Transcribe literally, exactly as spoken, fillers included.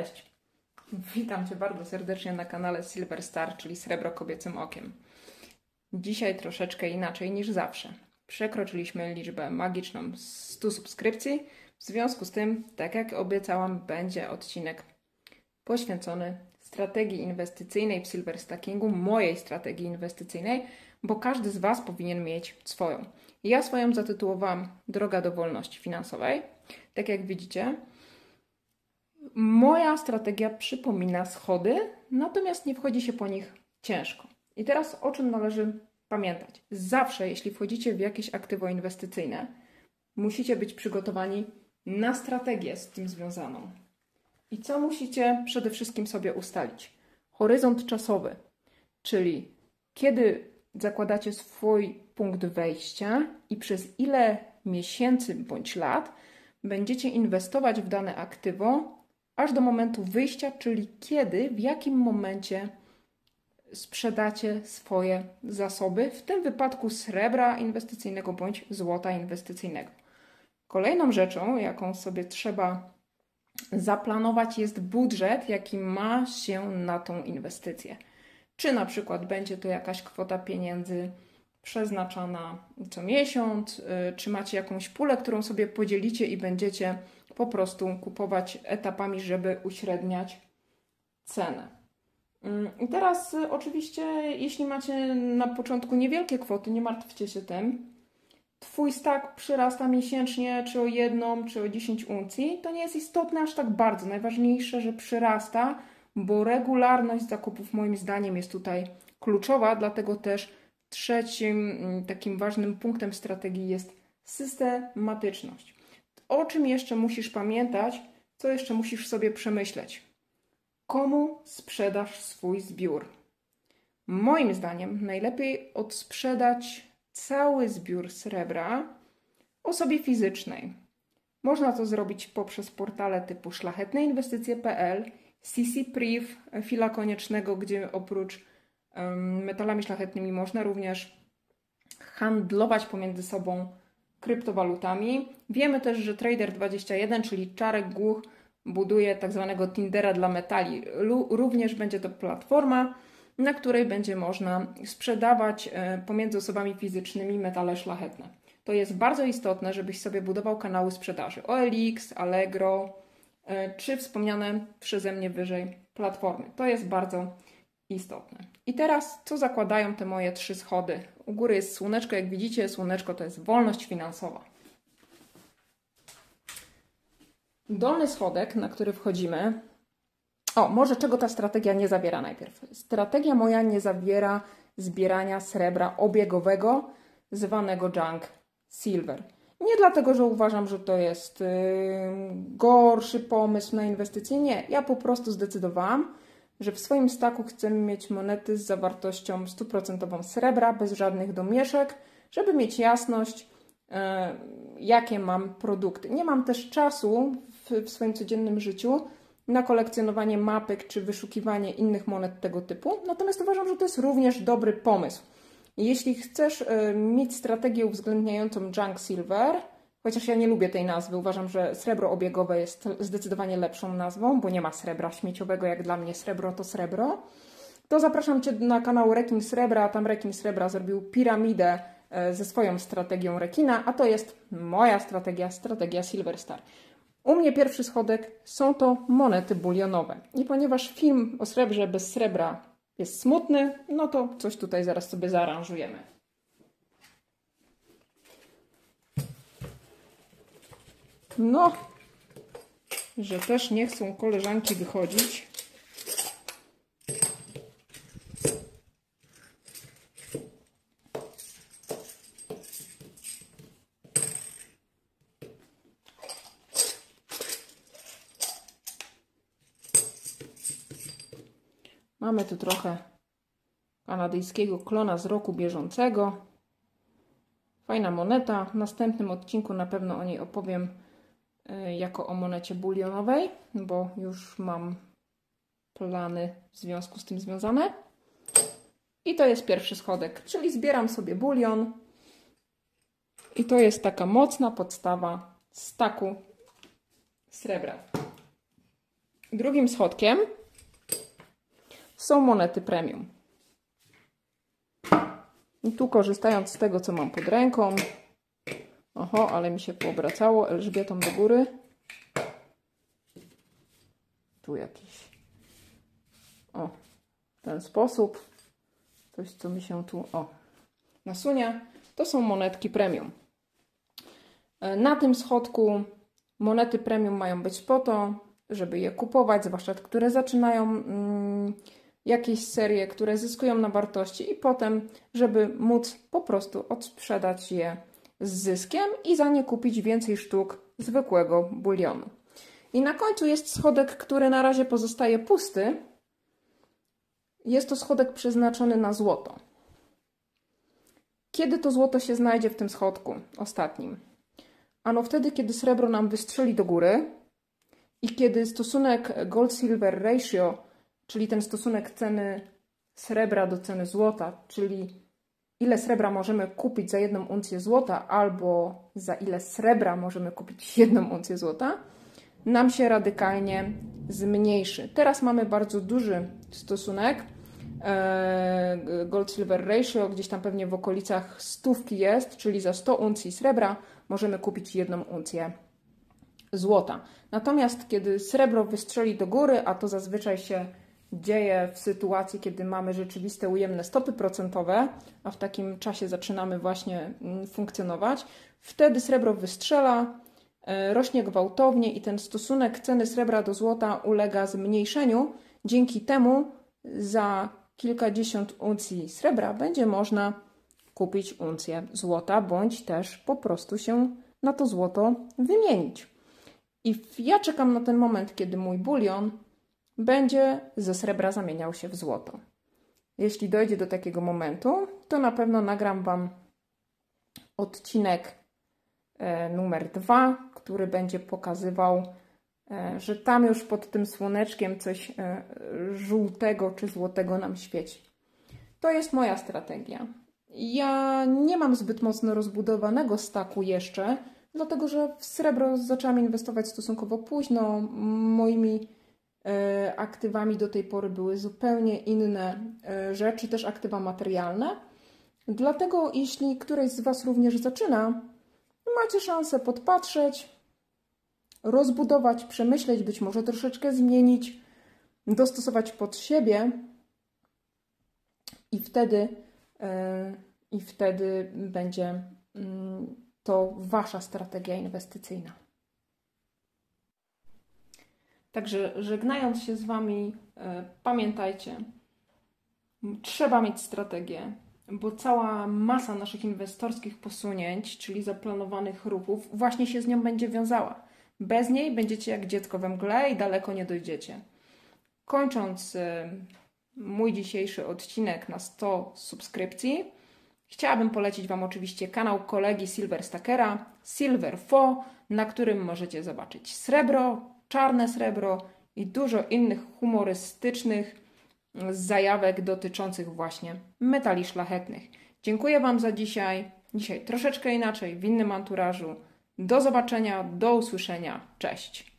Cześć! Witam Cię bardzo serdecznie na kanale Silver Star, czyli Srebro Kobiecym Okiem. Dzisiaj troszeczkę inaczej niż zawsze. Przekroczyliśmy liczbę magiczną stu subskrypcji. W związku z tym, tak jak obiecałam, będzie odcinek poświęcony strategii inwestycyjnej w Silver Stackingu, mojej strategii inwestycyjnej, bo każdy z Was powinien mieć swoją. Ja swoją zatytułowałam Droga do wolności finansowej. Tak jak widzicie, moja strategia przypomina schody, natomiast nie wchodzi się po nich ciężko. I teraz o czym należy pamiętać? Zawsze, jeśli wchodzicie w jakieś aktywo inwestycyjne, musicie być przygotowani na strategię z tym związaną. I co musicie przede wszystkim sobie ustalić? Horyzont czasowy, czyli kiedy zakładacie swój punkt wejścia i przez ile miesięcy bądź lat będziecie inwestować w dane aktywo, aż do momentu wyjścia, czyli kiedy, w jakim momencie sprzedacie swoje zasoby, w tym wypadku srebra inwestycyjnego bądź złota inwestycyjnego. Kolejną rzeczą, jaką sobie trzeba zaplanować, jest budżet, jaki ma się na tą inwestycję. Czy na przykład będzie to jakaś kwota pieniędzy przeznaczana co miesiąc, czy macie jakąś pulę, którą sobie podzielicie i będziecie po prostu kupować etapami, żeby uśredniać cenę. I teraz oczywiście, jeśli macie na początku niewielkie kwoty, nie martwcie się tym. Twój stack przyrasta miesięcznie, czy o jedną, czy o dziesięć uncji. To nie jest istotne aż tak bardzo. Najważniejsze, że przyrasta, bo regularność zakupów moim zdaniem jest tutaj kluczowa, dlatego też trzecim takim ważnym punktem strategii jest systematyczność. O czym jeszcze musisz pamiętać, co jeszcze musisz sobie przemyśleć? Komu sprzedasz swój zbiór? Moim zdaniem najlepiej odsprzedać cały zbiór srebra osobie fizycznej. Można to zrobić poprzez portale typu szlachetne inwestycje kropka p l, C C Priv, Fila Koniecznego, gdzie oprócz um, metalami szlachetnymi można również handlować pomiędzy sobą kryptowalutami. Wiemy też, że Trader dwadzieścia jeden, czyli Czarek Głuch, buduje tak zwanego Tindera dla metali. Również będzie to platforma, na której będzie można sprzedawać pomiędzy osobami fizycznymi metale szlachetne. To jest bardzo istotne, żebyś sobie budował kanały sprzedaży O L X, Allegro, czy wspomniane przeze mnie wyżej platformy. To jest bardzo istotne. I teraz, co zakładają te moje trzy schody? U góry jest słoneczko, jak widzicie, słoneczko to jest wolność finansowa. Dolny schodek, na który wchodzimy. O, może czego ta strategia nie zawiera najpierw? Strategia moja nie zawiera zbierania srebra obiegowego, zwanego junk silver. Nie dlatego, że uważam, że to jest yy, gorszy pomysł na inwestycje. Nie, ja po prostu zdecydowałam, że w swoim staku chcemy mieć monety z zawartością stu procent srebra, bez żadnych domieszek, żeby mieć jasność, yy, jakie mam produkty. Nie mam też czasu w, w swoim codziennym życiu na kolekcjonowanie mapek czy wyszukiwanie innych monet tego typu. Natomiast uważam, że to jest również dobry pomysł. Jeśli chcesz y, mieć strategię uwzględniającą junk silver, chociaż ja nie lubię tej nazwy, uważam, że srebro obiegowe jest zdecydowanie lepszą nazwą, bo nie ma srebra śmieciowego, jak dla mnie srebro to srebro, to zapraszam Cię na kanał Rekin Srebra. Tam Rekin Srebra zrobił piramidę y, ze swoją strategią rekina, a to jest moja strategia, strategia Silver Star. U mnie pierwszy schodek są to monety bulionowe. I ponieważ film o srebrze bez srebra jest smutny, no to coś tutaj zaraz sobie zaaranżujemy. No, że też nie chcą koleżanki wychodzić. Mamy tu trochę kanadyjskiego klona z roku bieżącego. Fajna moneta. W następnym odcinku na pewno o niej opowiem y, jako o monecie bulionowej, bo już mam plany w związku z tym związane. I to jest pierwszy schodek, czyli zbieram sobie bulion. I to jest taka mocna podstawa staku srebra. Drugim schodkiem są monety premium. I tu korzystając z tego, co mam pod ręką, oho, ale mi się poobracało Elżbietą do góry. Tu jakiś, o, w ten sposób, coś, co mi się tu, o, nasunie, to są monetki premium. Na tym schodku monety premium mają być po to, żeby je kupować, zwłaszcza te, które zaczynają mm, jakieś serie, które zyskują na wartości i potem, żeby móc po prostu odsprzedać je z zyskiem i za nie kupić więcej sztuk zwykłego bulionu. I na końcu jest schodek, który na razie pozostaje pusty. Jest to schodek przeznaczony na złoto. Kiedy to złoto się znajdzie w tym schodku ostatnim? Ano wtedy, kiedy srebro nam wystrzeli do góry i kiedy stosunek gold-silver ratio, czyli ten stosunek ceny srebra do ceny złota, czyli ile srebra możemy kupić za jedną uncję złota albo za ile srebra możemy kupić jedną uncję złota, nam się radykalnie zmniejszy. Teraz mamy bardzo duży stosunek gold-silver ratio, gdzieś tam pewnie w okolicach stówki jest, czyli za sto uncji srebra możemy kupić jedną uncję złota. Natomiast kiedy srebro wystrzeli do góry, a to zazwyczaj się dzieje w sytuacji, kiedy mamy rzeczywiste ujemne stopy procentowe, a w takim czasie zaczynamy właśnie funkcjonować, wtedy srebro wystrzela, rośnie gwałtownie i ten stosunek ceny srebra do złota ulega zmniejszeniu. Dzięki temu za kilkadziesiąt uncji srebra będzie można kupić uncję złota, bądź też po prostu się na to złoto wymienić. I ja czekam na ten moment, kiedy mój bulion będzie ze srebra zamieniał się w złoto. Jeśli dojdzie do takiego momentu, to na pewno nagram Wam odcinek e, numer dwa, który będzie pokazywał, e, że tam już pod tym słoneczkiem coś e, żółtego czy złotego nam świeci. To jest moja strategia. Ja nie mam zbyt mocno rozbudowanego staku jeszcze, dlatego że w srebro zaczęłam inwestować stosunkowo późno. Moimi e, aktywami do tej pory były zupełnie inne e, rzeczy, też aktywa materialne. Dlatego jeśli któreś z Was również zaczyna, macie szansę podpatrzeć, rozbudować, przemyśleć, być może troszeczkę zmienić, dostosować pod siebie i wtedy, yy, i wtedy będzie yy, to Wasza strategia inwestycyjna. Także żegnając się z Wami, yy, pamiętajcie, trzeba mieć strategię, bo cała masa naszych inwestorskich posunięć, czyli zaplanowanych ruchów, właśnie się z nią będzie wiązała. Bez niej będziecie jak dziecko we mgle i daleko nie dojdziecie. Kończąc mój dzisiejszy odcinek na sto subskrypcji, chciałabym polecić Wam oczywiście kanał kolegi Silver Stackera, Silver Fo, na którym możecie zobaczyć srebro, czarne srebro i dużo innych humorystycznych zajawek dotyczących właśnie metali szlachetnych. Dziękuję Wam za dzisiaj. Dzisiaj troszeczkę inaczej, w innym anturażu. Do zobaczenia, do usłyszenia. Cześć!